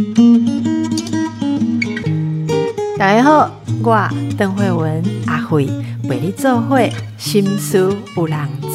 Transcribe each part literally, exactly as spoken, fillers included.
大家好，我邓惠文阿惠陪你做伙，心事有人知。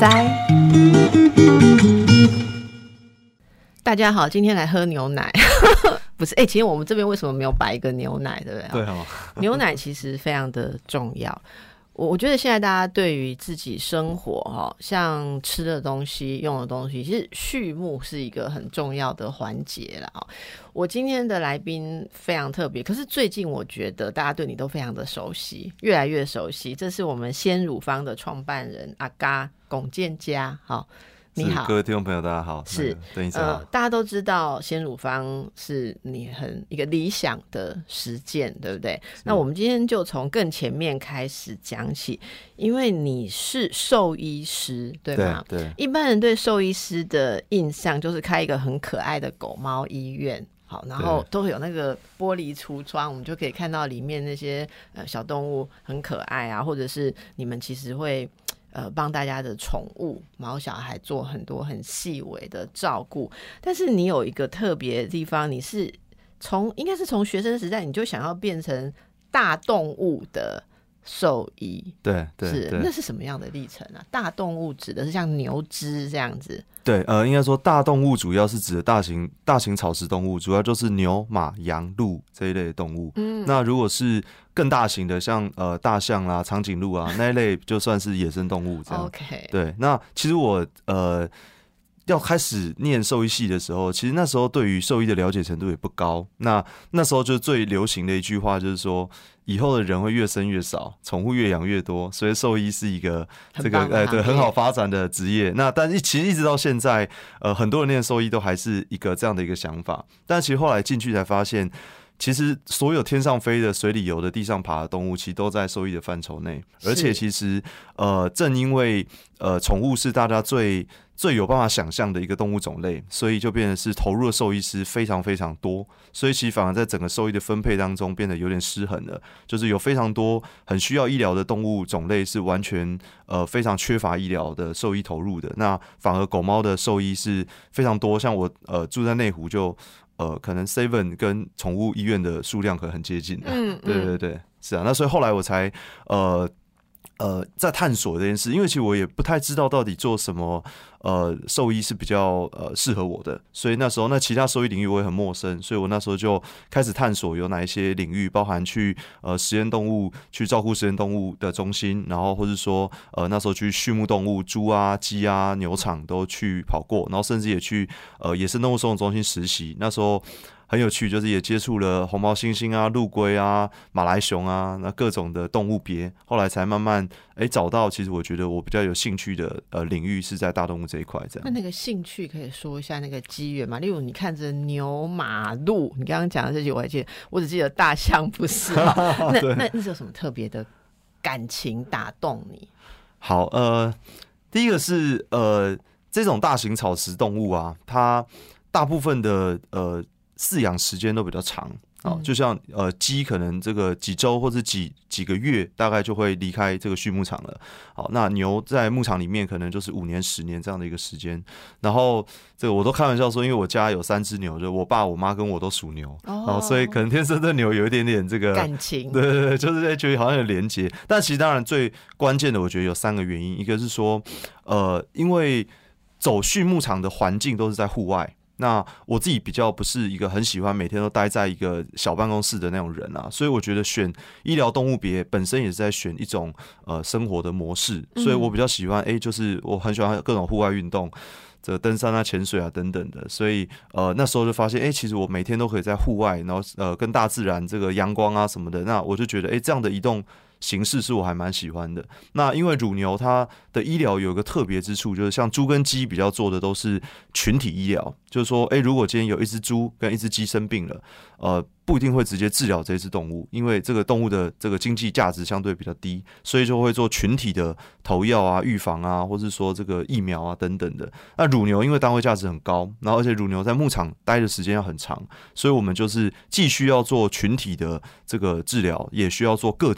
大家好，今天来喝牛奶。不是，哎、欸，其实我们这边为什么没有摆一个牛奶，对不对？ 对哦， 牛奶其实非常的重要。我我觉得现在大家对于自己生活，像吃的东西、用的东西，其实畜牧是一个很重要的环节啦。我今天的来宾非常特别，可是最近我觉得大家对你都非常的熟悉，越来越熟悉。这是我们鲜乳坊的创办人阿嘎龚建家，好。你好， 各位听众朋友，大家好。 是， 邓医生好。 呃，大家都知道鲜乳坊是你很一个理想的实践，对不对？那我们今天就从更前面开始讲起，因为你是兽医师，对吗？ 对对。 一般人对兽医师的印象就是开一个很可爱的狗猫医院。好，然后都会有那个玻璃橱窗，我们就可以看到里面那些呃小动物很可爱啊，或者是你们其实会呃帮大家的宠物毛小孩做很多很细微的照顾。但是你有一个特别的地方，你是从应该是从学生时代你就想要变成大动物的兽医。 对对是对， 那是什么样的历程啊？大动物指的是像牛只这样子？ 对，呃，应该说大动物主要是指的大型大型草食动物，主要就是牛、马、羊、鹿这一类的动物。嗯，那如果是更大型的，像呃大象啦、长颈鹿啊那一类，就算是野生动物这样。 OK， 对，那其实我呃要开始念兽医系的时候，其实那时候对于兽医的了解程度也不高。那那时候就最流行的一句话就是说，以后的人会越生越少，宠物越养越多，所以兽医是一个这个呃对很好发展的职业。那但是其实一直到现在，呃很多人念兽医都还是一个这样的一个想法。但其实后来进去才发现，其实所有天上飞的、水里游的、地上爬的动物，其实都在兽医的范畴内。而且其实呃正因为呃宠物是大家最最有办法想象的一个动物种类，所以就变成是投入的兽医师非常非常多，所以其实反而在整个兽医的分配当中变得有点失衡了，就是有非常多很需要医疗的动物种类是完全呃非常缺乏医疗的兽医投入的，那反而狗猫的兽医是非常多，像我呃住在内湖就呃可能 seven 跟宠物医院的数量可能很接近，嗯，对对对，是啊，那所以后来我才呃。呃，在探索这件事，因为其实我也不太知道到底做什么，呃，兽医是比较呃适合我的，所以那时候那其他兽医领域我也很陌生，所以我那时候就开始探索有哪一些领域，包含去呃实验动物去照顾实验动物的中心，然后或是说呃那时候去畜牧动物，猪啊、鸡啊、牛场都去跑过，然后甚至也去呃野生动物收容中心实习，那时候。很有趣，就是也接触了红毛猩猩啊、陆龟啊、马来熊啊，那各种的动物别，后来才慢慢哎、欸、找到，其实我觉得我比较有兴趣的呃领域是在大动物这一块。这样， 那那个兴趣可以说一下那个机缘嘛？例如你看着牛、马、鹿，你刚刚讲的这些我还记得，我只记得大象不是那那那是有什么特别的感情打动你？ 好，呃，第一个是呃这种大型草食动物啊，它大部分的呃。饲养时间都比较长，哦，就像呃鸡可能这个几周或者几几个月，大概就会离开这个畜牧场了。好，那牛在牧场里面可能就是五年、十年这样的一个时间。然后这个我都开玩笑说，因为我家有三只牛，就我爸、我妈跟我都属牛，哦，所以可能天生对牛有一点点这个感情， 对对对，就是觉得好像有连结。但其实当然最关键的，我觉得有三个原因，一个是说，呃，因为走畜牧场的环境都是在户外。那我自己比较不是一个很喜欢每天都待在一个小办公室的那种人啊，所以我觉得选医疗动物别本身也是在选一种呃生活的模式，所以我比较喜欢，哎、欸，就是我很喜欢各种户外运动，这个登山啊、潜水啊等等的，所以呃那时候就发现，哎、欸，其实我每天都可以在户外，然后呃跟大自然这个阳光啊什么的，那我就觉得，哎、欸，这样的移动形式是我还蛮喜欢的。那因为乳牛它的医疗有一个特别之处，就是像猪跟鸡比较做的都是群体医疗，就是说，哎、欸，如果今天有一只猪跟一只鸡生病了，呃，不一定会直接治疗这只动物，因为这个动物的这个经济价值相对比较低，所以就会做群体的投药啊、预防啊，或是说这个疫苗啊等等的。那乳牛因为单位价值很高，然后而且乳牛在牧场待的时间要很长，所以我们就是既需要做群体的这个治疗，也需要做个体的治疗。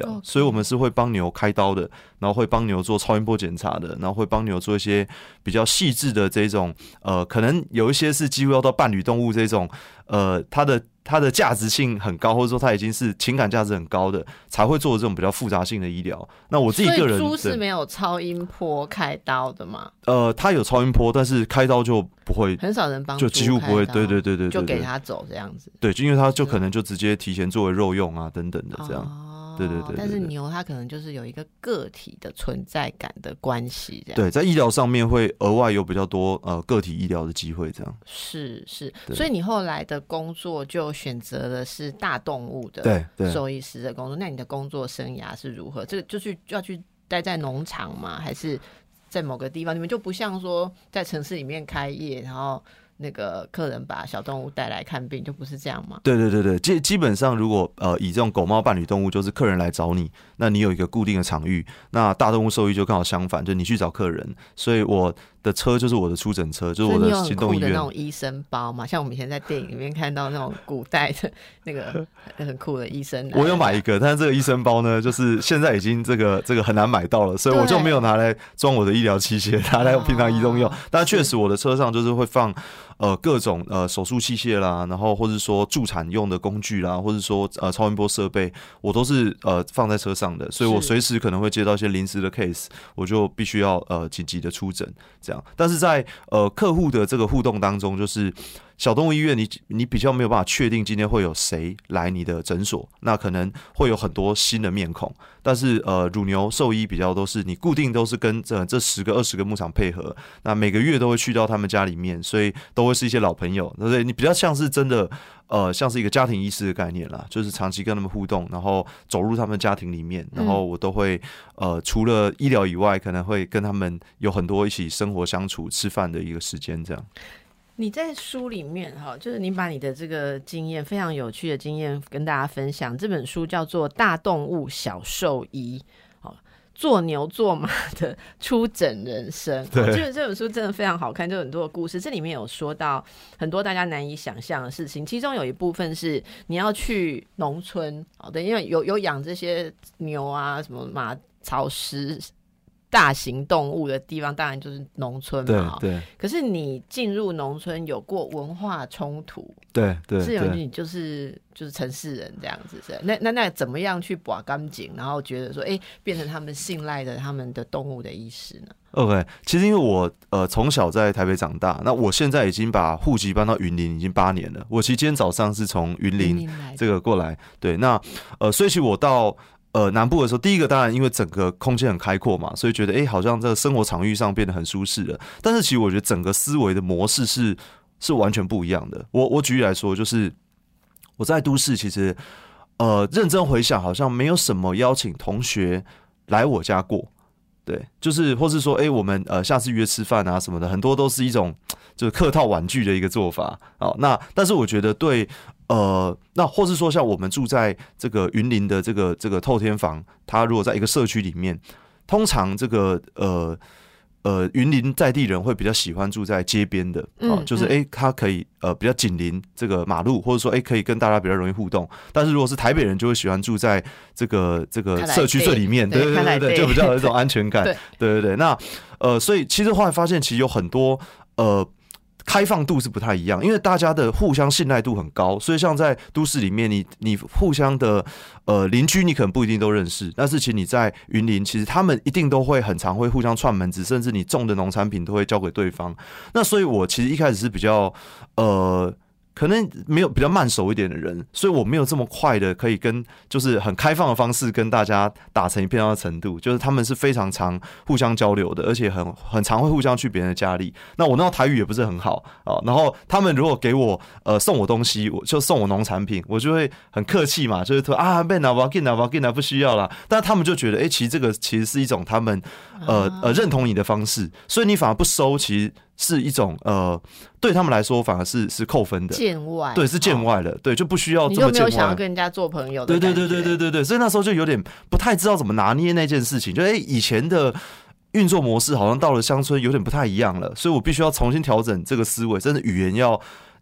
疗， Okay. 所以我们是会帮牛开刀的，然后会帮牛做超音波检查的，然后会帮牛做一些比较细致的这种，呃，可能有一些是几乎要到伴侣动物这种，呃，它的它的价值性很高，或者说它已经是情感价值很高的，才会做这种比较复杂性的医疗。那我自己个人， 所以猪是没有超音波开刀的吗？ 呃，它有超音波，但是开刀就不会， 很少人帮， 就几乎不会，对对对 对, 对， 就给他走这样子。 对，就因为它就可能就直接提前作为肉用啊等等的这样。 哦对对 对, 对, 对， 但是牛它可能就是有一个个体的存在感的关系，这样。 对，在医疗上面会额外有比较多呃个体医疗的机会，这样。 是是，所以你后来的工作就选择的是大动物的兽医师的工作。那你的工作生涯是如何？这个就是要去待在农场吗？还是在某个地方？你们就不像说在城市里面开业，然后那个客人把小动物带来看病，就不是这样吗？ 对对对对，基基本上如果呃以这种狗猫伴侣动物，就是客人来找你，那你有一个固定的场域。那大动物兽医就刚好相反，就你去找客人，所以我的车就是我的出诊车，就是我的行动医院。所以你有很酷的那种医生包嘛？像我们以前在电影里面看到那种古代的那个很酷的医生。 我有买一个，但是这个医生包呢，就是现在已经这个这个很难买到了，所以我就没有拿来装我的医疗器械，拿来我平常移动用。哦、但确实我的车上就是会放。呃，各种呃手术器械啦，然后或者说助产用的工具啦，或者说呃超音波设备，我都是呃放在车上的，所以我随时可能会接到一些临时的 case， 我就必须要呃紧急的出诊这样。但是在呃客户的这个互动当中，就是小动物医院你，你你比较没有办法确定今天会有谁来你的诊所，那可能会有很多新的面孔。但是呃，乳牛兽医比较都是你固定都是跟这这十个二十个牧场配合，那每个月都会去到他们家里面，所以都会是一些老朋友，所以你比较像是真的呃，像是一个家庭医师的概念啦，就是长期跟他们互动，然后走入他们家庭里面，然后我都会呃，除了医疗以外，可能会跟他们有很多一起生活相处、吃饭的一个时间这样。 你在书里面哈，就是你把你的这个经验，非常有趣的经验跟大家分享。这本书叫做《大动物小兽医》，做牛做马的出诊人生。对，就是这本书真的非常好看，就很多的故事。这里面有说到很多大家难以想象的事情，其中有一部分是你要去农村，好的，因为有有养这些牛啊，什么马、草食。大型动物的地方当然就是农村嘛， 对对。 可是你进入农村有过文化冲突， 对对， 是有你就是就是城市人这样子，是那那那怎么样去把干净，然后觉得说，哎、欸，变成他们信赖的他们的动物的医师呢 ？OK， 其实因为我呃从小在台北长大，那我现在已经把户籍搬到云林已经八年了。我其实今天早上是从云林这个过来，对，那呃，所以其实我到。呃，南部的时候，第一个当然因为整个空间很开阔嘛，所以觉得哎、欸，好像这个生活场域上变得很舒适了。但是其实我觉得整个思维的模式是是完全不一样的。我我举例来说，就是我在都市，其实呃认真回想，好像没有什么邀请同学来我家过。对，就是或是说，哎、欸，我们呃下次约吃饭啊什么的，很多都是一种就是客套婉拒的一个做法。好，那但是我觉得对，呃，那或是说像我们住在这个云林的这个这个透天房，它如果在一个社区里面，通常这个呃。呃，云林在地人会比较喜欢住在街边的，啊、嗯，就是哎，他、欸、可以呃比较紧邻这个马路，或者说哎、欸、可以跟大家比较容易互动。但是如果是台北人，就会喜欢住在这个这个社区最里面，对对对对，就比较有一种安全感。对对对，那呃，所以其实后来发现，其实有很多呃。开放度是不太一样，因为大家的互相信赖度很高，所以像在都市里面，你你互相的呃邻居，你可能不一定都认识，但是其实你在云林，其实他们一定都会很常会互相串门子，甚至你种的农产品都会交给对方。那所以我其实一开始是比较呃。可能没有比较慢熟一点的人，所以我没有这么快的可以跟就是很开放的方式跟大家打成一片的程度，就是他们是非常常互相交流的，而且很很常会互相去别人的家里。那我那台语也不是很好啊，然后他们如果给我呃送我东西，我就送我农产品，我就会很客气嘛，就是说啊，别拿，我要给拿，我要给拿，不需要啦。但他们就觉得，哎、欸，其实这个其实是一种他们呃呃认同你的方式，所以你反而不收，其实。是一种呃，对他们来说反而是是扣分的， 见外， 对，是见外的，哦、对，就不需要这么见外。 你就没有想要跟人家做朋友的感觉， 对对对对对对对，所以那时候就有点不太知道怎么拿捏那件事情，就哎、欸，以前的运作模式好像到了乡村有点不太一样了，所以我必须要重新调整这个思维，真的语言要。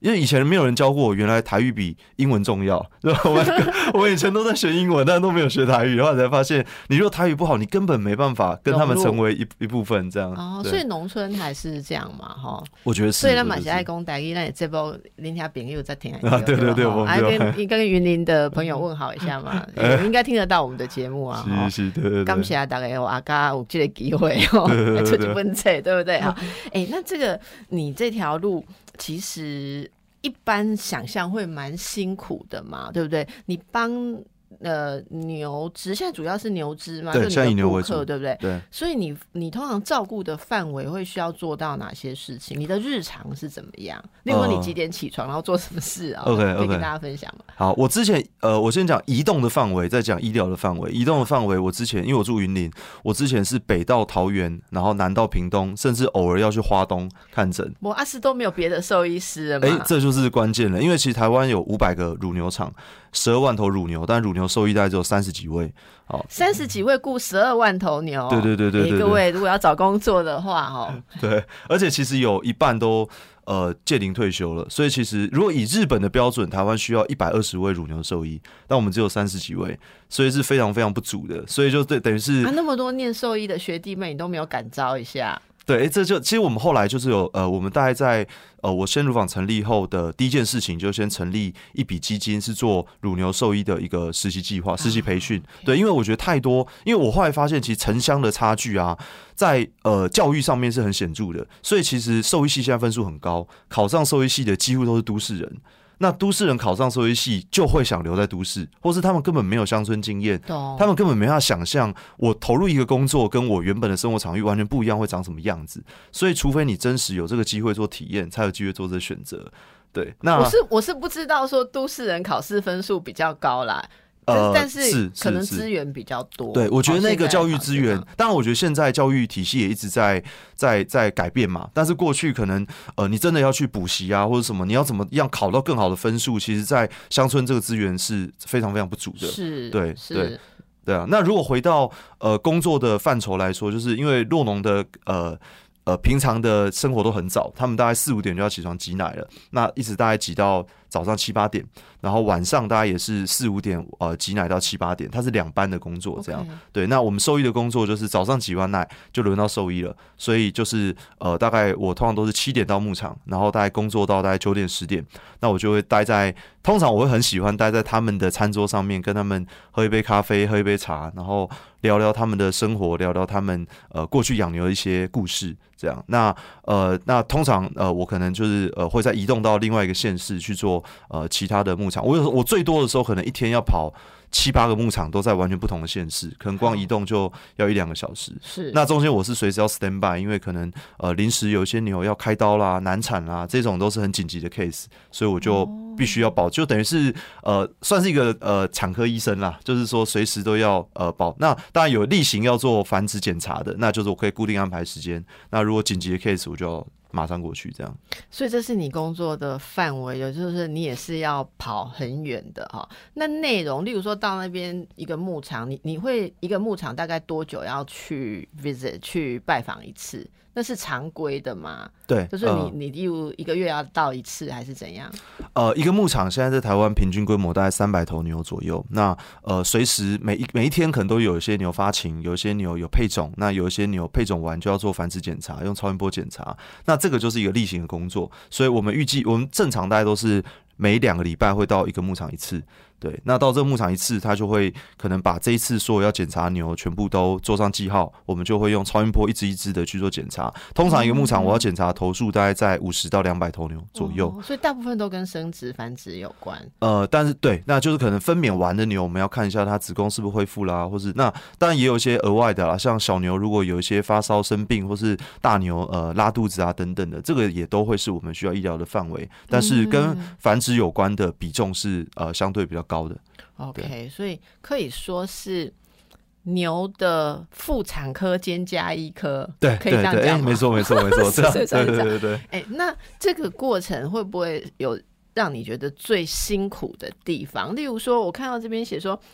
因为以前没有人教过我，原来台语比英文重要。对吧？我们我以前都在学英文，但都没有学台语，然后才发现，你如果台语不好，你根本没办法跟他们成为一一部分这样。 哦，所以农村还是这样嘛，哈。 我觉得是。 所以咱嘛是爱讲台语，那这波邻家朋友在听啊， 对对对，我们跟跟云林的朋友问好一下嘛，应该听得到我们的节目啊。 是是，对对对。 感谢大家有阿家有这个机会哦，来出去分册，对不对？好，哎，那这个你这条路其实一般想象会蛮辛苦的嘛，对不对？你帮呃牛只，现在主要是牛只嘛， 对， 就你的顾为主， 客，对不对？ 对。 所以你你通常照顾的范围会需要做到哪些事情？你的日常是怎么样？例如你几点起床，然后做什么事啊 ？OK OK， 可以跟大家分享吗？ 好，我之前呃，我先讲移动的范围，再讲医疗的范围。移动的范围，我之前因为我住云林，我之前是北到桃园，然后南到屏东，甚至偶尔要去花东看诊。 我阿斯都没有别的兽医师了嘛？ 哎、欸，这就是关键了，因为其实台湾有五百个乳牛场，十二万头乳牛，但乳牛兽医大概只有三十几位。好， 三十几位雇十二万头牛。 对对对对 对, 对, 对、欸， 各位如果要找工作的话，哦， 对，而且其实有一半都呃届龄退休了，所以其实如果以日本的标准，台湾需要一百二十位乳牛兽医，但我们只有三十几位，所以是非常非常不足的，所以就对等于是啊，那么多念兽医的学弟妹，你都没有感召一下。 对，欸、这就其实我们后来就是有呃，我们大概在呃我鲜乳坊成立后的第一件事情，就先成立一笔基金，是做乳牛兽医的一个实习计划、实习培训。对，因为我觉得太多，因为我后来发现，其实城乡的差距啊，在呃教育上面是很显著的，所以其实兽医系现在分数很高，考上兽医系的几乎都是都市人。那都市人考上兽医系就会想留在都市，或是他们根本没有乡村经验，他们根本没办法想象我投入一个工作跟我原本的生活场域完全不一样会长什么样子。所以除非你真实有这个机会做体验，才有机会做这个选择。对，那我是我是不知道说都市人考试分数比较高啦。呃，但是可能资源比较多。 对，我觉得那个教育资源，当然，我觉得现在教育体系也一直在在在改变嘛。但是过去可能呃，你真的要去补习啊，或者什么，你要怎么样考到更好的分数，其实，在乡村这个资源是非常非常不足的。 是， 对， 是对，对啊。那如果回到呃工作的范畴来说，就是因为酪农的呃。呃，平常的生活都很早，他们大概四五点就要起床挤奶了，那一直大概挤到早上七八点，然后晚上大概也是四五点，呃，挤奶到七八点，它是两班的工作这样。Okay. 对，那我们兽医的工作就是早上挤完奶就轮到兽医了，所以就是呃，大概我通常都是七点到牧场，然后大概工作到大概九点十点，那我就会待在，通常我会很喜欢待在他们的餐桌上面，跟他们喝一杯咖啡，喝一杯茶，然后聊聊他们的生活，聊聊他们呃过去养牛的一些故事。这样，那呃，那通常呃，我可能就是呃，会再移动到另外一个县市去做呃其他的牧场。我有我最多的时候，可能一天要跑七八个牧场，都在完全不同的县市，可能光移动就要一两个小时。 是， 那中间我是随时要 stand by， 因为可能呃临时有一些牛要开刀啦、难产啦，这种都是很紧急的 case， 所以我就必须要保，就等于是呃算是一个呃产科医生啦，就是说随时都要呃保。那当然有例行要做繁殖检查的，那就是我可以固定安排时间。那如果紧急的 case， 我就要马上过去这样。 所以这是你工作的范围，也就是你也是要跑很远的哈。那内容，例如说到那边一个牧场，你你会一个牧场大概多久要去 visit 去拜访一次？那是常规的吗？ 对， 就是你、呃、你例如一个月要到一次还是怎样？ 呃，一个牧场现在在台湾平均规模大概三百头牛左右。那呃，随时每一每一天可能都有一些牛发情，有一些牛有配种，那有一些牛配种完就要做繁殖检查，用超音波检查。那这个就是一个例行的工作，所以我们预计我们正常大概都是每两个礼拜会到一个牧场一次。对，那到这个牧场一次，他就会可能把这一次所有要检查牛全部都做上记号，我们就会用超音波一只一只的去做检查。通常一个牧场我要检查头数大概在五十到两百头牛左右、 哦，所以大部分都跟生殖繁殖有关。 呃，但是对，那就是可能分娩完的牛，我们要看一下它子宫是不是恢复啦，或是那当然也有一些额外的啦，像小牛如果有一些发烧生病，或是大牛呃拉肚子啊等等的，这个也都会是我们需要医疗的范围。但是跟繁殖有关的比重是呃相对比较高的。 OK， 所以可以说是牛的妇产科兼加医科， 对， 可以这样讲吗？ 没错，没错，没错，这样，对对对对。 哎、欸，那这个过程会不会有让你觉得最辛苦的地方？例如说，我看到这边写说，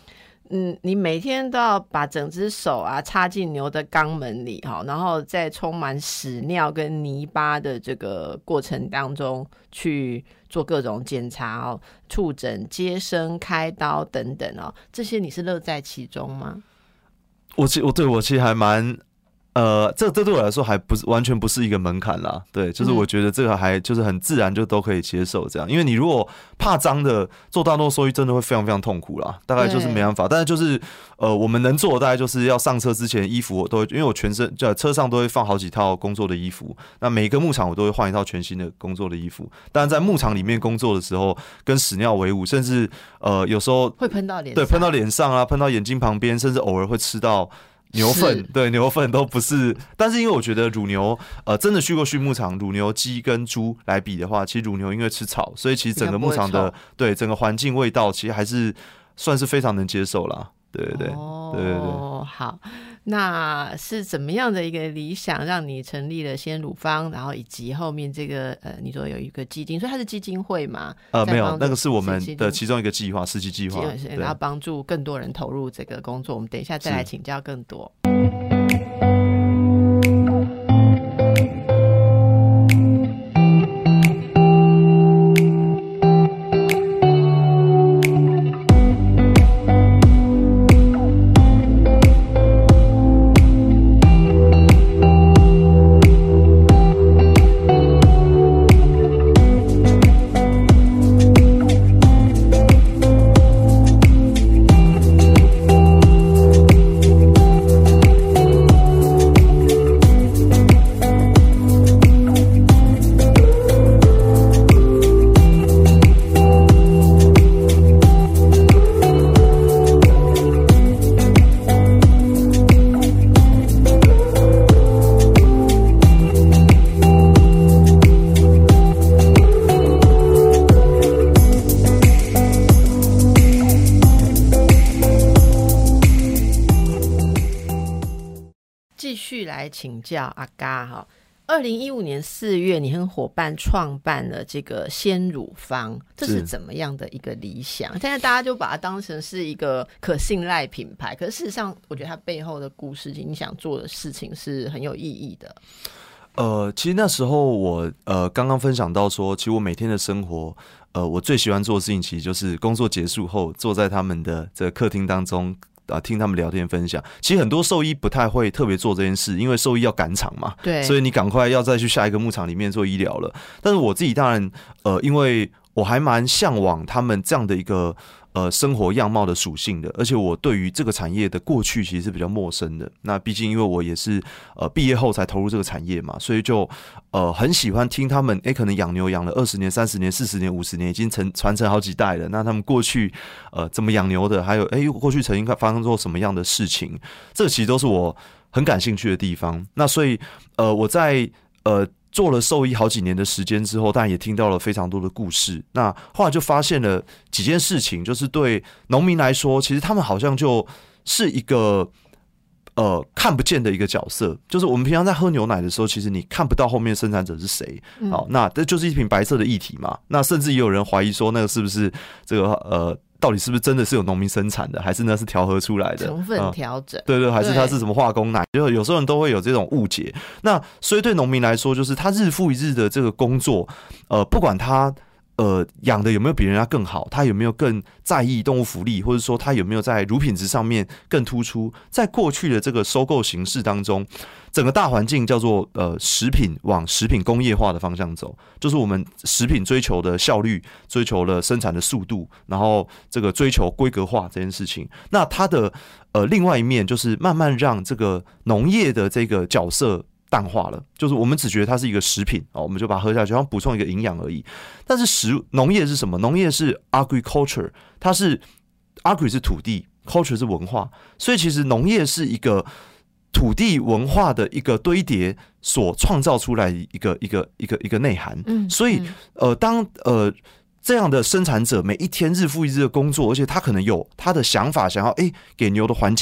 嗯，你每天都要把整只手啊插进牛的肛门里哈，然后在充满屎尿跟泥巴的这个过程当中去做各种检查哦，触诊、接生、开刀等等哦，这些你是乐在其中吗？ 我其我对我其实还蛮。呃，这这对我来说还不是完全不是一个门槛啦，对，就是我觉得这个还就是很自然就都可以接受这样，因为你如果怕脏的做大动兽医真的会非常非常痛苦啦，大概就是没办法，但是就是呃我们能做的大概就是要上车之前衣服我都会，因为我全身在车上都会放好几套工作的衣服，那每一个牧场我都会换一套全新的工作的衣服，当然在牧场里面工作的时候跟屎尿为伍，甚至呃有时候会喷到脸上， 对，喷到脸上啊，喷到眼睛旁边，甚至偶尔会吃到牛粪，对，牛粪都不是，但是因为我觉得乳牛，呃，真的去过畜牧场，乳牛、鸡跟猪来比的话，其实乳牛因为吃草，所以其实整个牧场的对整个环境味道，其实还是算是非常能接受啦。对对对， 哦， 对对对， 好，那是怎么样的一个理想让你成立了鲜乳坊，然后以及后面这个呃，你说有一个基金，所以它是基金会吗？ 呃，没有，那个是我们的其中一个计划，实际计划， 然后帮助更多人投入这个工作。我们等一下再来请教更多。继续来请教阿嘎哈，二零一五年四月，你和伙伴创办了这个鲜乳坊，这是怎么样的一个理想？现在大家就把它当成是一个可信赖品牌，可是事实上，我觉得它背后的故事，你想做的事情是很有意义的。 呃，其实那时候我呃刚刚分享到说，其实我每天的生活，呃，我最喜欢做的事情，其实就是工作结束后，坐在他们的这个客厅当中。啊，听他们聊天分享，其实很多兽医不太会特别做这件事，因为兽医要赶场嘛， 对， 所以你赶快要再去下一个牧场里面做医疗了。但是我自己当然，呃，因为我还蛮向往他们这样的一个呃生活样貌的属性的，而且我对于这个产业的过去其实是比较陌生的。那毕竟因为我也是呃毕业后才投入这个产业嘛，所以就呃很喜欢听他们，哎、欸，可能养牛养了二十年、三十年、四十年、五十年，已经承传承好几代了。那他们过去呃怎么养牛的，还有哎、欸、过去曾经发生过什么样的事情，这其实都是我很感兴趣的地方。那所以呃我在呃。做了兽医好几年的时间之后，当然也听到了非常多的故事。那后来就发现了几件事情，就是对农民来说，其实他们好像就是一个呃看不见的一个角色。就是我们平常在喝牛奶的时候，其实你看不到后面生产者是谁。好，那这就是一瓶白色的液体嘛。那甚至也有人怀疑说，那个是不是这个呃。到底是不是真的是有农民生产的，还是那是调和出来的成分调整、嗯？ 对对，还是它是什么化工奶？就有时候人都会有这种误解。那所以对农民来说，就是他日复一日的这个工作，呃，不管他呃养的有没有比人家更好，他有没有更在意动物福利，或者说他有没有在乳品质上面更突出，在过去的这个收购形式当中。整个大环境叫做呃食品往食品工业化的方向走，就是我们食品追求的效率，追求了生产的速度，然后这个追求规格化这件事情。那它的呃另外一面就是慢慢让这个农业的这个角色淡化了，就是我们只觉得它是一个食品哦，我们就把它喝下去，好像补充一个营养而已。但是食农业是什么？农业是 agriculture， 它是 agri 是土地 ，culture 是文化，所以其实农业是一个。土地文化的一个堆叠所创造出来一个一个一个一个内涵，嗯，所以呃，当呃这样的生产者每一天日复一日的工作，而且他可能有他的想法，想要哎、欸、给牛的环境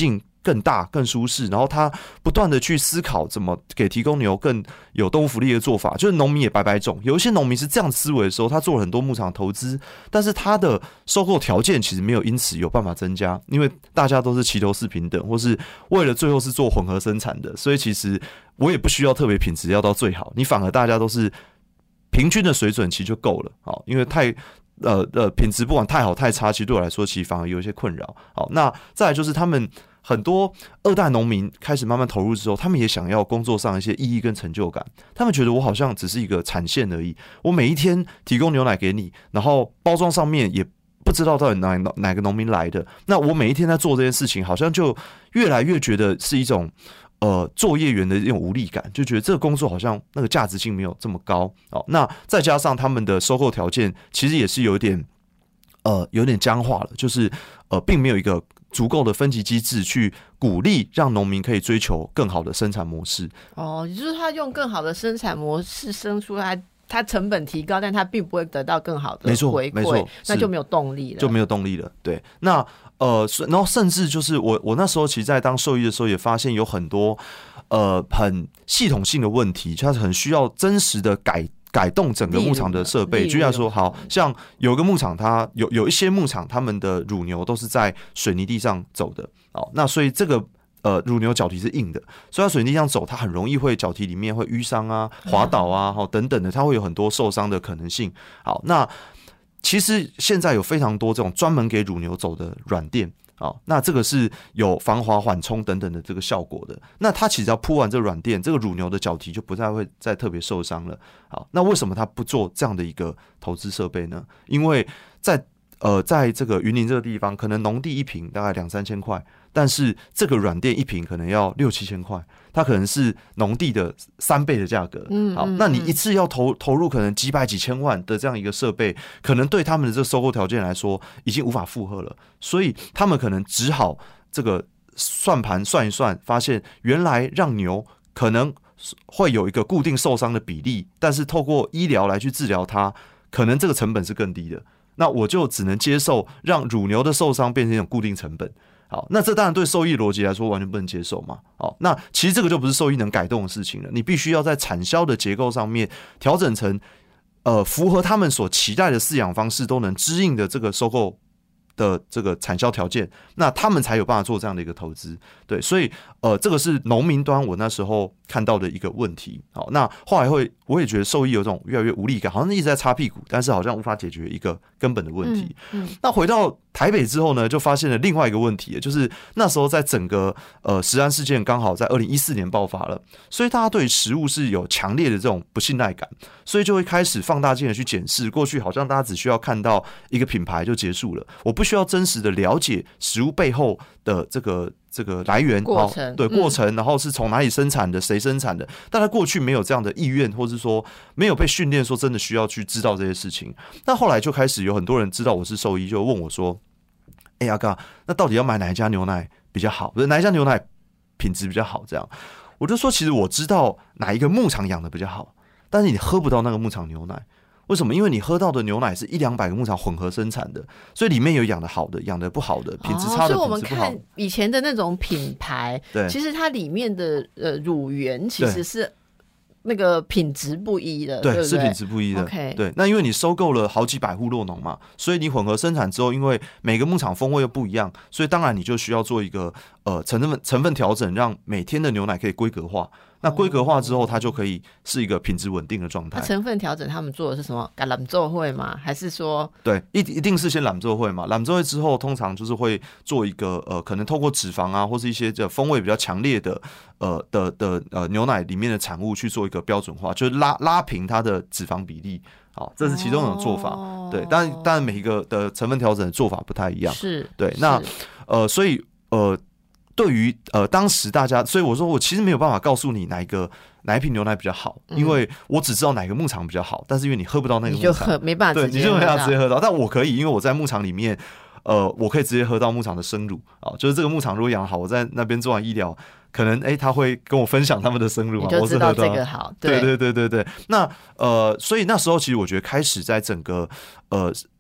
更大、更舒适，然后他不断的去思考怎么给提供牛更有动物福利的做法。就是农民也百百种，有一些农民是这样思维的时候，他做了很多牧场投资，但是他的收购条件其实没有因此有办法增加，因为大家都是齐头式平等，或是为了最后是做混合生产的，所以其实我也不需要特别品质要到最好，你反而大家都是平均的水准其实就够了。好，因为太呃呃品质不管太好太差，其实对我来说其实反而有一些困扰。好，那再来就是他们很多二代农民开始慢慢投入之后，他们也想要工作上一些意义跟成就感。他们觉得我好像只是一个产线而已，我每一天提供牛奶给你，然后包装上面也不知道到底哪哪个农民来的。那我每一天在做这件事情，好像就越来越觉得是一种呃作业员的一种无力感，就觉得这个工作好像那个价值性没有这么高。哦，那再加上他们的收购条件其实也是有点呃有点僵化了，就是呃并没有一个足够的分级机制去鼓励让农民可以追求更好的生产模式。 哦，也就是他用更好的生产模式生出来，他成本提高，但他并不会得到更好的回馈，那就没有动力了， 就没有动力了。对，那呃，然后甚至就是我我那时候其实在当兽医的时候，也发现有很多呃很系统性的问题，它很需要真实的改。改动整个牧场的设备，举例来说，好像有一个牧场，它有有一些牧场，他们的乳牛都是在水泥地上走的，哦，那所以这个呃乳牛脚蹄是硬的，所以它水泥地上走，它很容易会脚蹄里面会淤伤啊、滑倒啊，好等等的，它会有很多受伤的可能性。好，那其实现在有非常多这种专门给乳牛走的软垫。好，那这个是有防滑、缓冲等等的这个效果的。那它其实要铺完这个软垫，这个乳牛的脚蹄就不再会再特别受伤了。好，那为什么它不做这样的一个投资设备呢？因为在呃，在这个云林这个地方，可能农地一坪大概两三千块，但是这个软垫一坪可能要六七千块，它可能是农地的三倍的价格。嗯，好，那你一次要投投入可能几百几千万的这样一个设备，可能对他们的这个收购条件来说已经无法负荷了，所以他们可能只好这个算盘算一算，发现原来让牛可能会有一个固定受伤的比例，但是透过医疗来去治疗它，可能这个成本是更低的。那我就只能接受让乳牛的受伤变成一种固定成本。好，那这当然对兽医逻辑来说完全不能接受嘛。好，那其实这个就不是兽医能改动的事情了，你必须要在产销的结构上面调整成呃符合他们所期待的饲养方式都能支应的这个收购的这个产销条件，那他们才有办法做这样的一个投资。对，所以呃，这个是农民端我那时候看到的一个问题。好，那后来会我也觉得兽医有种越来越无力感，好像一直在擦屁股，但是好像无法解决一个根本的问题。嗯嗯、那回到台北之后呢，就发现了另外一个问题，就是那时候在整个呃食安事件刚好在二零一四年爆发了，所以大家对食物是有强烈的这种不信赖感，所以就会开始放大镜的去检视过去，好像大家只需要看到一个品牌就结束了，我不需要真实的了解食物背后的这个这个来源过程， 对过程，然后是从哪里生产的，谁生产的，但他过去没有这样的意愿，或是说没有被训练，说真的需要去知道这些事情。那后来就开始有很多人知道我是兽医，就问我说：“哎、欸、阿哥，那到底要买哪一家牛奶比较好？不是哪一家牛奶品质比较好？”这样，我就说，其实我知道哪一个牧场养的比较好，但是你喝不到那个牧场牛奶。为什么？因为你喝到的牛奶是一两百个牧场混合生产的，所以里面有养的好的，养的不好的，品质差的，品质不好。所以我们看以前的那种品牌，对，其实它里面的呃乳源其实是那个品质不一的， 对, 对, 对， 是品质不一的。 Okay. 对，那因为你收购了好几百户酪农嘛，所以你混合生产之后，因为每个牧场风味又不一样，所以当然你就需要做一个呃成分成分调整，让每天的牛奶可以规格化。那规格化之后，它就可以是一个品质稳定的状态。 成分调整，他们做的是什么？揽奏会吗？还是说？ 对，一一定是先揽奏会嘛。揽奏会之后，通常就是会做一个呃，可能透过脂肪啊，或是一些这风味比较强烈的呃的的呃牛奶里面的产物去做一个标准化，就是拉拉平它的脂肪比例。好，这是其中一种做法。哦、对，但当然每一个的成分调整的做法不太一样。 是， 对。那呃，所以呃。对于呃当时大家，所以我说我其实没有办法告诉你哪一个哪一瓶牛奶比较好，嗯、因为我只知道哪个牧场比较好，但是因为你喝不到那个牧场， 你就喝没办法直接喝到， 对，你就没办法直接喝到。但我可以，因为我在牧场里面，呃，我可以直接喝到牧场的生乳啊，就是这个牧场如果养好，我在那边做完医疗，可能哎、欸、他会跟我分享他们的生乳嘛， 你就知道这个好。 对对对对对。那呃，所以那时候其实我觉得开始在整个呃。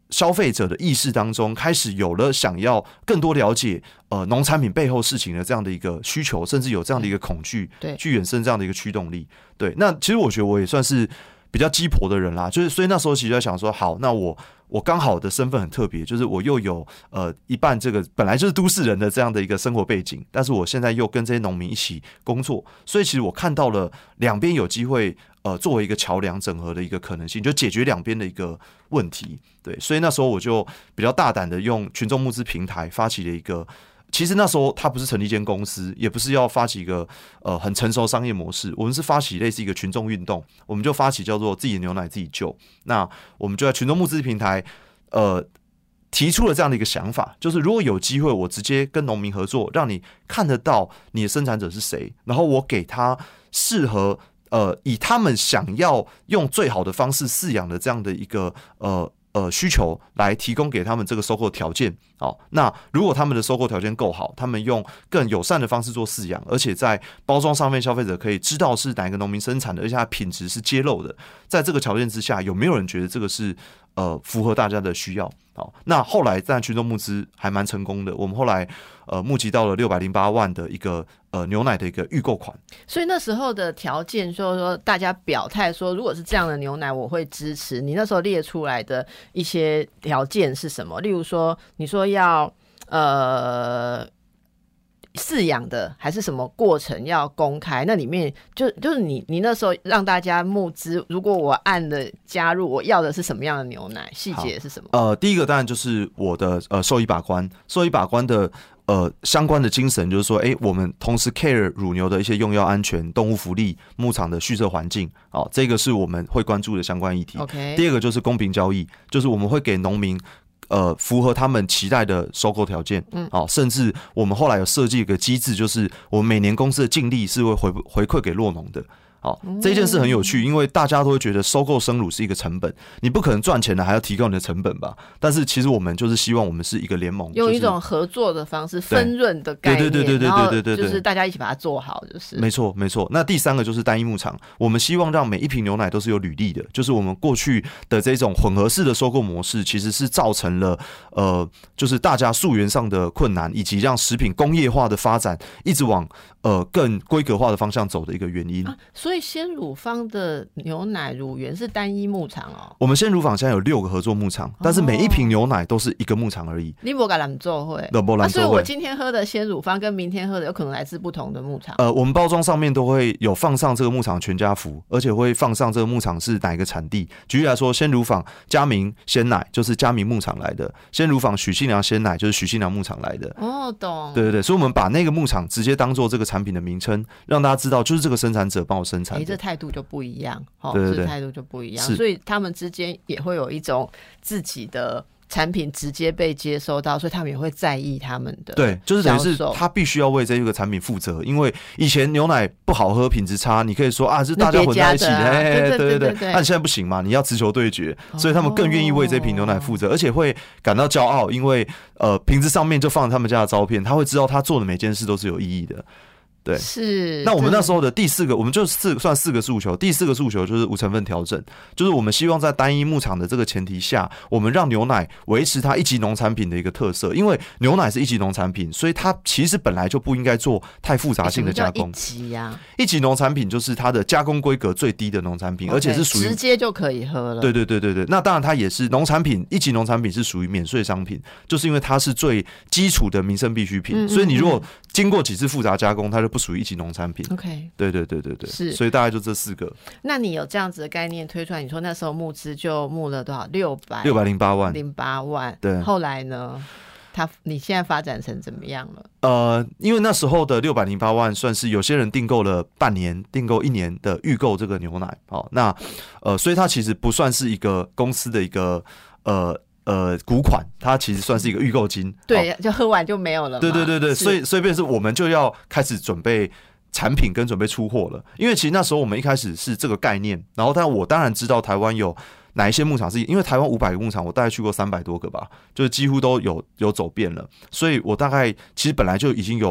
消费者的意识当中，开始有了想要更多了解呃农产品背后事情的这样的一个需求，甚至有这样的一个恐惧， 对， 去衍生这样的一个驱动力。对，那其实我觉得我也算是比较鸡婆的人啦，就是所以那时候其实在想说，好，那我我刚好的身份很特别，就是我又有呃一半这个本来就是都市人的这样的一个生活背景，但是我现在又跟这些农民一起工作，所以其实我看到了两边有机会呃作为一个桥梁整合的一个可能性，就解决两边的一个问题。对，所以那时候我就比较大胆的用群众募资平台发起了一个。其实那时候它不是成立一间公司，也不是要发起一个呃很成熟商业模式，我们是发起类似一个群众运动，我们就发起叫做自己的牛奶自己救。那我们就在群众募资平台呃提出了这样的一个想法，就是如果有机会，我直接跟农民合作，让你看得到你的生产者是谁，然后我给他适合呃以他们想要用最好的方式饲养的这样的一个呃。呃，需求来提供给他们这个收购条件。好，那如果他们的收购条件够好，他们用更友善的方式做饲养，而且在包装上面，消费者可以知道是哪一个农民生产的，而且它品质是揭露的。在这个条件之下，有没有人觉得这个是呃符合大家的需要？好，那后来在群众募资还蛮成功的，我们后来呃募集到了六百零八万的一个呃牛奶的一个预购款。 所以那时候的条件就是说，大家表态说，如果是这样的牛奶，我会支持。你那时候列出来的一些条件是什么？例如说，你说要呃。饲养的还是什么过程要公开？那里面就就是你你那时候让大家募资，如果我按了加入，我要的是什么样的牛奶？细节是什么？ 呃，第一个当然就是我的呃兽医把关，兽医把关的呃相关的精神就是说，哎、欸，我们同时 care 乳牛的一些用药安全、动物福利、牧场的畜舍环境，哦，这个是我们会关注的相关议题。 OK， 第二个就是公平交易，就是我们会给农民。呃，符合他们期待的收购条件，嗯，好、哦，甚至我们后来有设计一个机制，就是我们每年公司的净利是会回回馈给酪农的。好，这件事很有趣，因为大家都会觉得收购生乳是一个成本，你不可能赚钱的还要提高你的成本吧？但是其实我们就是希望我们是一个联盟， 用一种合作的方式，分润的概念， 对对对对对对对对， 就是大家一起把它做好，就是没错没错。那第三个就是单一牧场，我们希望让每一瓶牛奶都是有履历的，就是我们过去的这种混合式的收购模式，其实是造成了呃，就是大家溯源上的困难，以及让食品工业化的发展一直往呃更规格化的方向走的一个原因。 啊、所以鲜乳方的牛奶乳源是单一牧场哦。 我们鲜乳坊现在有六个合作牧场，但是每一瓶牛奶都是一个牧场而已。 你不敢làm做会，啊，所以我今天喝的鲜乳方跟明天喝的有可能来自不同的牧场。 呃，我们包装上面都会有放上这个牧场全家福，而且会放上这个牧场是哪一个产地。举例来说，鲜乳坊嘉明鲜奶就是嘉明牧场来的，鲜乳坊许信良鲜奶就是许信良牧场来的。 哦，懂。 对对对，所以我们把那个牧场直接当做这个产品的名称，让大家知道就是这个生产者帮我生产的。 欸，这态度就不一样，哦， 对对对， 这态度就不一样，所以他们之间也会有一种自己的产品直接被接收到，所以他们也会在意他们的， 对，就是等于是他必须要为这个产品负责，因为以前牛奶不好喝、品质差，你可以说啊是大家混在一起的，哎、啊，对对对对，但现在不行嘛，你要直球对决，所以他们更愿意为这瓶牛奶负责，而且会感到骄傲，因为呃瓶子上面就放着他们家的照片，他会知道他做的每件事都是有意义的。对， 是。 那我们那时候的第四个，我们就四算四个诉求。第四个诉求就是无成分调整，就是我们希望在单一牧场的这个前提下，我们让牛奶维持它一级农产品的一个特色。因为牛奶是一级农产品，所以它其实本来就不应该做太复杂性的加工。 欸、什么叫一级啊？ 一级农产品就是它的加工规格最低的农产品， okay, 而且是属于直接就可以喝了。 对对对对对。那当然它也是农产品，一级农产品是属于免税商品，就是因为它是最基础的民生必需品，嗯嗯嗯，所以你如果经过几次复杂加工，它就不属于一级农产品。 OK， 对对对对对， 是， 所以大概就这四个。 那你有这样子的概念推出来？你说那时候募资就募了多少？六百六百零八万， 零八万。 对， 后来呢？他你现在发展成怎么样了？ 呃，因为那时候的六百零八万算是有些人订购了半年、订购一年的预购这个牛奶，好，那呃，所以它其实不算是一个公司的一个呃。呃，股款它其实算是一个预购金， 对，就喝完就没有了嘛。 对对对对，所以所以变成是我们就要开始准备产品跟准备出货了。因为其实那时候我们一开始是这个概念，然后但我当然知道台湾有哪一些牧场是，因为台湾五百个牧场，我大概去过三百多个吧，就是几乎都有有走遍了，所以我大概其实本来就已经有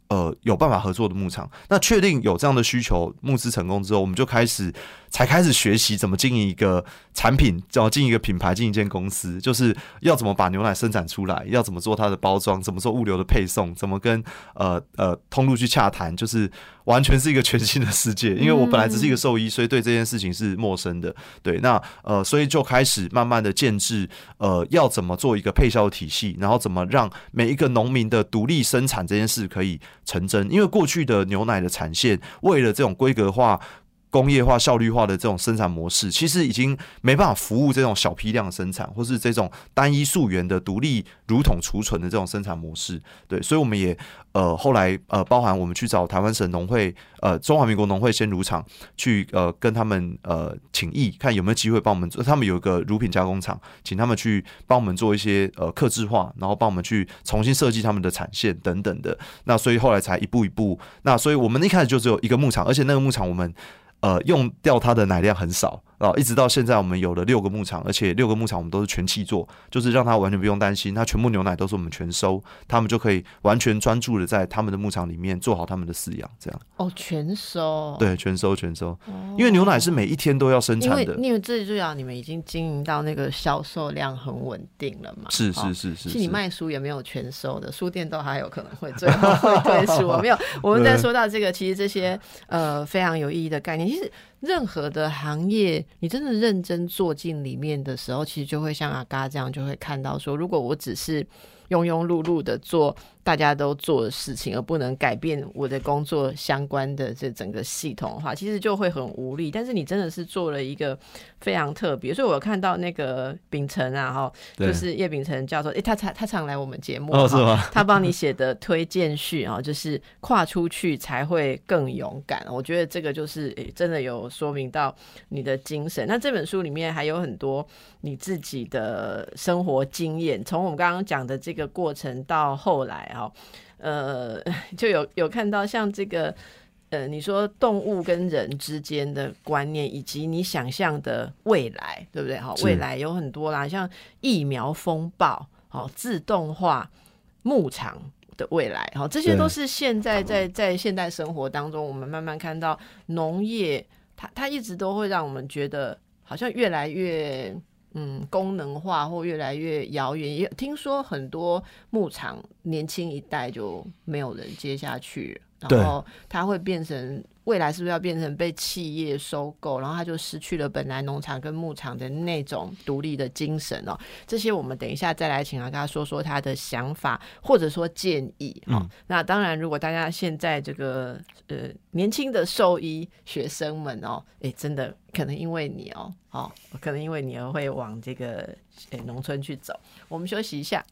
呃有办法合作的牧场。那确定有这样的需求，募资成功之后，我们就开始才开始学习怎么经营一个产品，怎么经营一个品牌，经营一间公司，就是要怎么把牛奶生产出来，要怎么做它的包装，怎么做物流的配送，怎么跟呃呃通路去洽谈，就是完全是一个全新的世界。因为我本来只是一个兽医，所以对这件事情是陌生的。对，那呃，所以就开始慢慢的建制，呃，要怎么做一个配销体系，然后怎么让每一个农民的独立生产这件事可以成真。因为过去的牛奶的产线，为了这种规格化、工业化、效率化的这种生产模式，其实已经没办法服务这种小批量生产，或是这种单一溯源的独立乳桶储存的这种生产模式。对，所以我们也呃后来呃包含我们去找台湾省农会呃中华民国农会鲜乳厂去呃跟他们呃请益，看有没有机会帮我们做。他们有一个乳品加工厂，请他们去帮我们做一些呃客制化，然后帮我们去重新设计他们的产线等等的。那所以后来才一步一步。那所以我们一开始就只有一个牧场，而且那个牧场我们呃用掉它的奶量很少。啊，一直到现在我们有了六个牧场，而且六个牧场我们都是全契作，就是让他完全不用担心，他全部牛奶都是我们全收，他们就可以完全专注的在他们的牧场里面做好他们的饲养，这样。 哦，全收。 对，全收全收、哦，因为牛奶是每一天都要生产的。 因为因为这就要你们已经经营到那个销售量很稳定了嘛。 是是是是。 其实你卖书也没有全收的，书店都还有可能会最后会退书。没有，我们在说到这个，其实这些呃非常有意义的概念，其实任何的行业，你真的认真做进里面的时候，其实就会像阿嘎这样，就会看到说，如果我只是庸庸碌碌的做大家都做的事情，而不能改变我的工作相关的这整个系统的话，其实就会很无力。但是你真的是做了一个非常特别，所以我有看到那个秉承啊，就是叶秉承教授，欸、他他他常来我们节目， 哦，是吗？ 他帮你写的推荐序啊，就是跨出去才会更勇敢。我觉得这个就是、欸、真的有说明到你的精神。那这本书里面还有很多你自己的生活经验，从我们刚刚讲的这个过程到后来啊，呃，就有有看到像这个。呃，你说动物跟人之间的观念，以及你想象的未来，对不对？好，未来有很多啦，像疫苗风暴，好，自动化牧场的未来，好，这些都是现在在在现代生活当中，我们慢慢看到农业，它它一直都会让我们觉得好像越来越嗯功能化，或越来越遥远。也听说很多牧场年轻一代就没有人接下去了。然后它会变成未来是不是要变成被企业收购，然后它就失去了本来农场跟牧场的那种独立的精神哦。这些我们等一下再来请他跟他说说他的想法或者说建议、哦嗯、那当然如果大家现在这个呃年轻的兽医学生们哦，哎，真的可能因为你哦哦，可能因为你而会往这个诶农村去走。我们休息一下。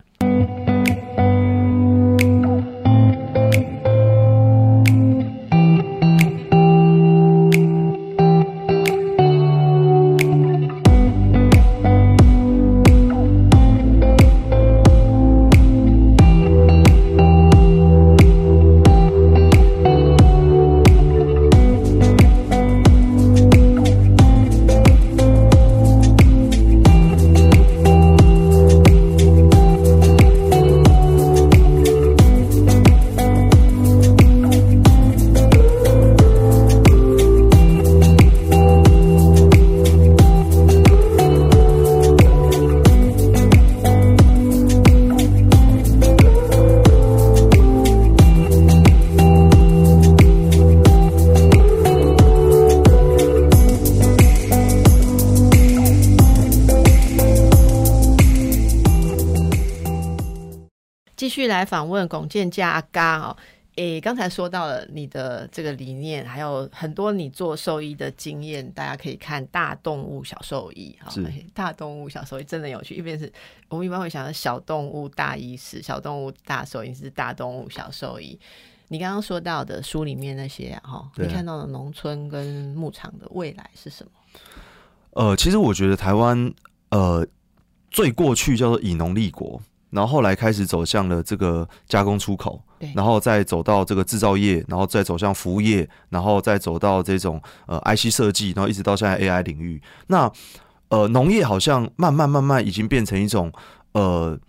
继续来访问龚建嘉阿嘎哦，诶，刚才说到了你的这个理念，还有很多你做兽医的经验，大家可以看《大动物小兽医》哈，大动物小兽医真的有趣。一边是我们一般会想到小动物大医师，小动物大兽医是大动物小兽医。你刚刚说到的书里面那些哈、啊，你看到的农村跟牧场的未来是什么？ 呃，其实我觉得台湾呃最过去叫做以农立国。然后后来开始走向了这个加工出口，然后再走到这个制造业，然后再走向服务业，然后再走到这种呃 I C 设计，然后一直到现在 A I 领域。那呃农业好像慢慢慢慢已经变成一种呃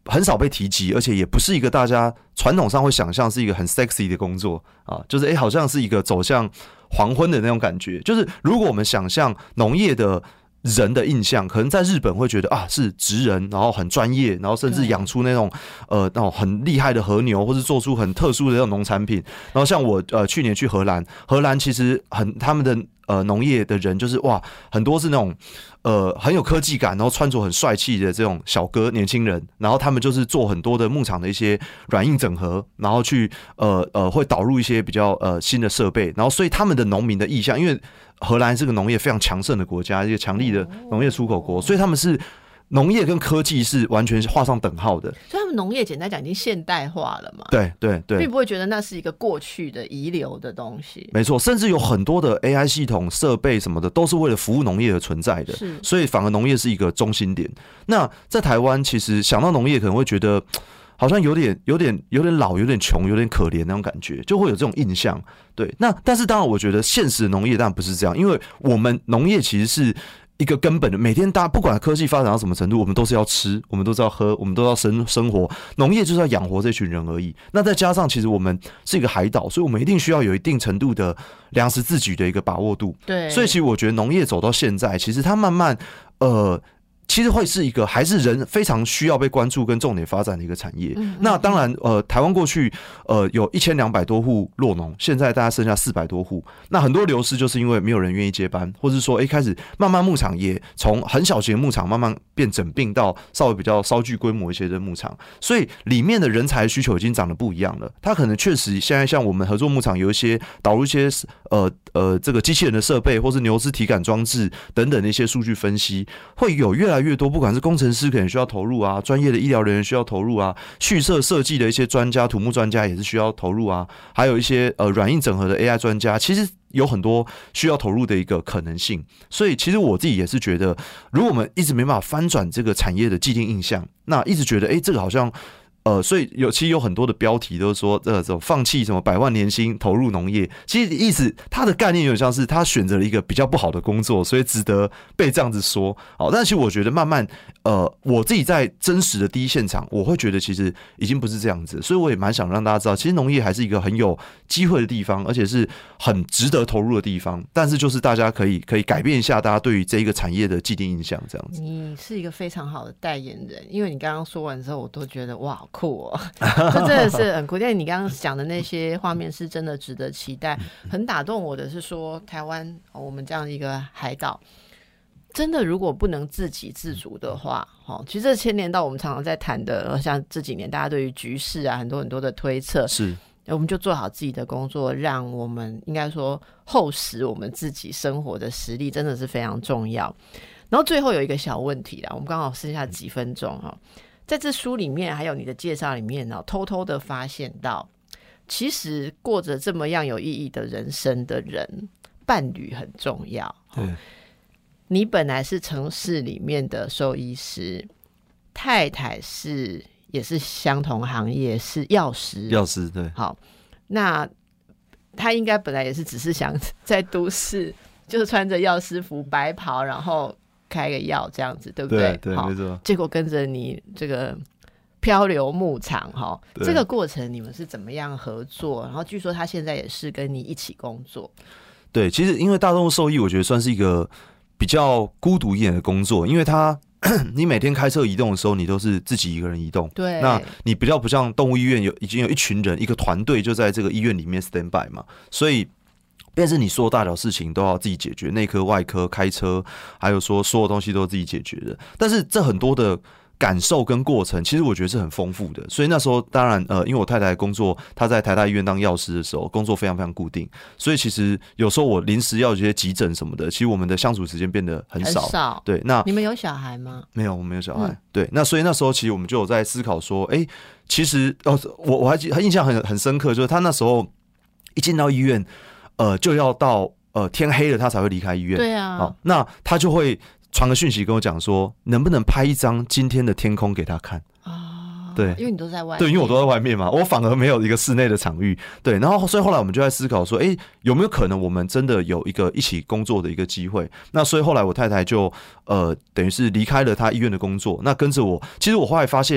很少被提及，而且也不是一个大家传统上会想象是一个很 sexy 的工作啊，就是哎、欸，好像是一个走向黄昏的那种感觉。就是如果我们想象农业的人的印象，可能在日本会觉得啊是职人，然后很专业，然后甚至养出那种呃那种很厉害的和牛，或是做出很特殊的那种农产品。然后像我呃去年去荷兰，荷兰其实很他们的呃农业的人就是哇很多是那种呃很有科技感，然后穿着很帅气的这种小哥年轻人，然后他们就是做很多的牧场的一些软硬整合，然后去呃呃会导入一些比较呃新的设备，然后所以他们的农民的意向，因为荷兰是个农业非常强盛的国家，一个强力的农业出口国，所以他们是农业跟科技是完全画上等号的。 所以他们农业简单讲已经现代化了嘛？ 对对对， 并不会觉得那是一个过去的遗留的东西。 没错，甚至有很多的 A I 系统、设备什么的，都是为了服务农业而存在的。所以反而农业是一个中心点。那在台湾，其实想到农业，可能会觉得好像有点、有点、有点老、有点穷、有点可怜那种感觉，就会有这种印象。对，那但是当然，我觉得现实的农业当然不是这样，因为我们农业其实是一个根本的，每天大家不管科技发展到什么程度，我们都是要吃，我们都是要喝，我们都要生生活。农业就是要养活这群人而已。那再加上，其实我们是一个海岛，所以我们一定需要有一定程度的粮食自给的一个把握度。 对， 所以其实我觉得农业走到现在，其实它慢慢呃。其实会是一个还是人非常需要被关注跟重点发展的一个产业。嗯嗯那当然，呃，台湾过去呃有一千两百多户酪农，现在大概剩下四百多户。那很多流失就是因为没有人愿意接班，或是说一开始慢慢牧场也从很小型的牧场慢慢变整并到稍微比较稍具规模一些的牧场，所以里面的人才需求已经长得不一样了。它可能确实现在像我们合作牧场有一些导入一些呃呃这个机器人的设备，或是牛只体感装置等等的一些数据分析，会有越来越越多，不管是工程师可能需要投入啊，专业的医疗人员需要投入啊，畜舍设计的一些专家、土木专家也是需要投入啊，还有一些呃软硬整合的 A I 专家，其实有很多需要投入的一个可能性。所以其实我自己也是觉得，如果我们一直没办法翻转这个产业的既定印象，那一直觉得哎、欸，这个好像。呃，所以有其实有很多的标题都是说，呃，这种放弃什么百万年薪投入农业，其实意思它的概念有点像是他选择了一个比较不好的工作，所以值得被这样子说。好，但其实我觉得慢慢，呃，我自己在真实的第一现场，我会觉得其实已经不是这样子，所以我也蛮想让大家知道，其实农业还是一个很有机会的地方，而且是很值得投入的地方。但是就是大家可以可以改变一下大家对于这一个产业的既定印象，这样子。 你是一个非常好的代言人，因为你刚刚说完之后，我都觉得哇。酷哦，这真的是很酷。因为你刚刚讲的那些画面是真的值得期待。很打动我的是说，台湾、哦、我们这样一个海岛，真的如果不能自给自足的话，哦，其实这牵连到我们常常在谈的，像这几年大家对于局势啊，很多很多的推测， 是我们就做好自己的工作，让我们应该说厚实我们自己生活的实力，真的是非常重要。然后最后有一个小问题啦，我们刚好剩下几分钟哈。在这书里面还有你的介绍里面呢，偷偷的发现到，其实过着这么样有意义的人生的人，伴侣很重要。 对， 你本来是城市里面的兽医师，太太是也是相同行业，是药师。 药师对， 好，那他应该本来也是只是想在都市，就是穿着药师服白袍，然后开个药这样子，对不对？ 对对，没错。 结果跟着你这个漂流牧场哈，这个过程你们是怎么样合作？然后据说他现在也是跟你一起工作。 对，其实因为大动物兽医，我觉得算是一个比较孤独一点的工作，因为他你每天开车移动的时候，你都是自己一个人移动。 对， 那你比较不像动物医院有已经有一群人，一个团队就在这个医院里面 stand by 嘛，所以。便是你所有大小事情都要自己解决，内科、外科、开车，还有说所有东西都是自己解决的。但是这很多的感受跟过程，其实我觉得是很丰富的。所以那时候当然，呃，因为我太太工作，她在台大医院当药师的时候，工作非常非常固定，所以其实有时候我临时要有些急诊什么的，其实我们的相处时间变得很少。 很少。 对，那你们有小孩吗？ 没有，我们没有小孩。 嗯、 对，那所以那时候其实我们就有在思考说，哎、欸，其实哦，我我还印象很很深刻，就是他那时候一进到医院，呃，就要到。呃，天黑了他才会离开医院。 对啊， 好，那他就会传个讯息跟我讲说，能不能拍一张今天的天空给他看啊？对， 因为你都在外面， 对，因为我都在外面嘛，我反而没有一个室内的场域。对，然后所以后来我们就在思考说，哎、欸，有没有可能我们真的有一个一起工作的一个机会？那所以后来我太太就呃，等于是离开了她医院的工作，那跟着我。其实我后来发现。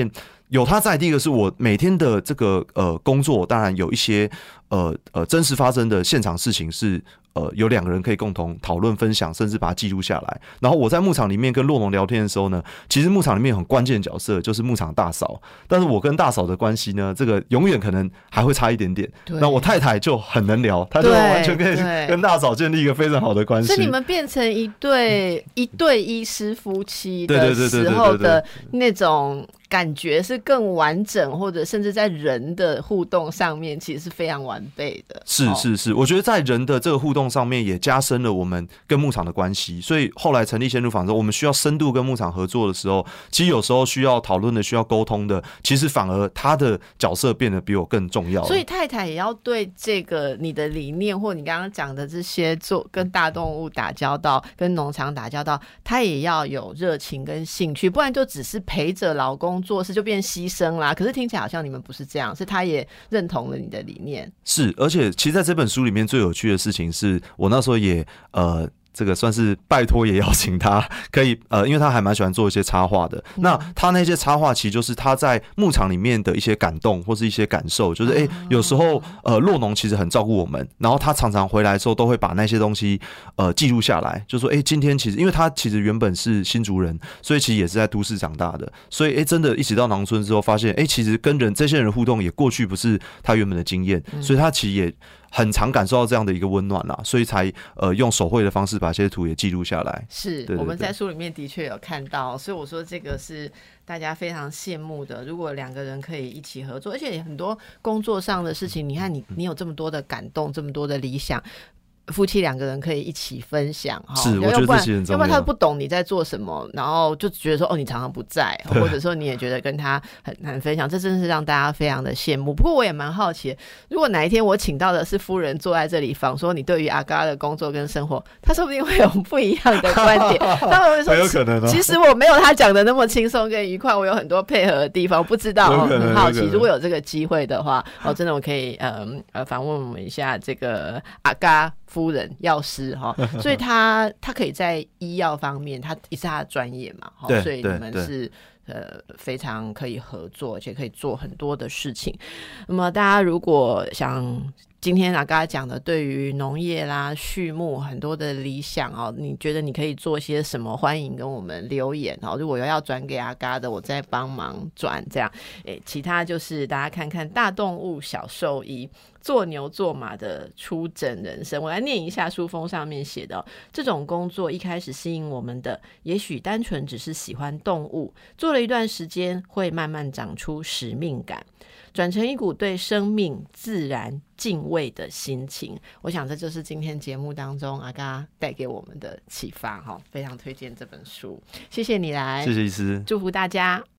有他在，第一个是我每天的这个呃工作，当然有一些呃呃真实发生的现场事情是呃有两个人可以共同讨论分享，甚至把它记录下来。然后我在牧场里面跟洛农聊天的时候呢，其实牧场里面很关键的角色就是牧场大嫂，但是我跟大嫂的关系呢，这个永远可能还会差一点点。那我太太就很能聊，她就完全可以跟大嫂建立一个非常好的关系。 所以你们变成一对一对医师夫妻的时候的那种感觉是更完整，或者甚至在人的互动上面其实是非常完备的。 是是是，我觉得在人的这个互动上面也加深了我们跟牧场的关系。所以后来成立鲜乳坊之后，我们需要深度跟牧场合作的时候，其实有时候需要讨论的、需要沟通的，其实反而他的角色变得比我更重要了。 所以太太也要对这个你的理念，或你刚刚讲的这些做跟大动物打交道、跟农场打交道，她也要有热情跟兴趣，不然就只是陪着老公做事就变牺牲啦。可是听起来好像你们不是这样，是他也认同了你的理念。是， 而且其实在这本书里面最有趣的事情是，我那时候也呃这个算是拜托也邀请他可以呃，因为他还蛮喜欢做一些插画的、嗯、那他那些插画其实就是他在牧场里面的一些感动或是一些感受，就是哎、欸，有时候呃洛农其实很照顾我们，然后他常常回来的时候都会把那些东西呃记录下来，就说哎、欸，今天其实因为他其实原本是新竹人，所以其实也是在都市长大的，所以哎、欸，真的一起到农村之后发现哎、欸，其实跟人这些人互动也过去不是他原本的经验，所以他其实也很常感受到这样的一个温暖啦，所以才呃用手绘的方式把这些图也记录下来。 是，对对对，我们在书里面的确有看到，所以我说这个是大家非常羡慕的。如果两个人可以一起合作，而且很多工作上的事情，你看你你有这么多的感动，这么多的理想。夫妻两个人可以一起分享， 是，我觉得这些很重要。 要不然他不懂你在做什么，然后就觉得说哦，你常常不在，或者说你也觉得跟他很难分享，这真是让大家非常的羡慕。不过我也蛮好奇，如果哪一天我请到的是夫人坐在这里访说你对于阿嘎的工作跟生活，他说不定会有不一样的观点。他会说， 很有可能、哦、 其实我没有他讲的那么轻松跟愉快，我有很多配合的地方，不知道、哦、很好奇。如果有这个机会的话，哦，真的我可以呃呃访问我们一下这个阿嘎夫人药师哈，所以他他可以在医药方面，他也是他的专业嘛，所以你们是呃非常可以合作，而且可以做很多的事情。那么大家如果想今天啊，刚才讲的对于农业啦、畜牧很多的理想哦，你觉得你可以做些什么？欢迎跟我们留言哦。如果有要转给阿嘎的，我再帮忙转这样。诶，其他就是大家看看大动物小兽医。做牛做马的出诊人生，我来念一下书封上面写的、哦、这种工作一开始吸引我们的也许单纯只是喜欢动物，做了一段时间会慢慢长出使命感，转成一股对生命自然敬畏的心情。我想这就是今天节目当中阿嘎带给我们的启发，非常推荐这本书。谢谢你来， 谢谢医师， 祝福大家。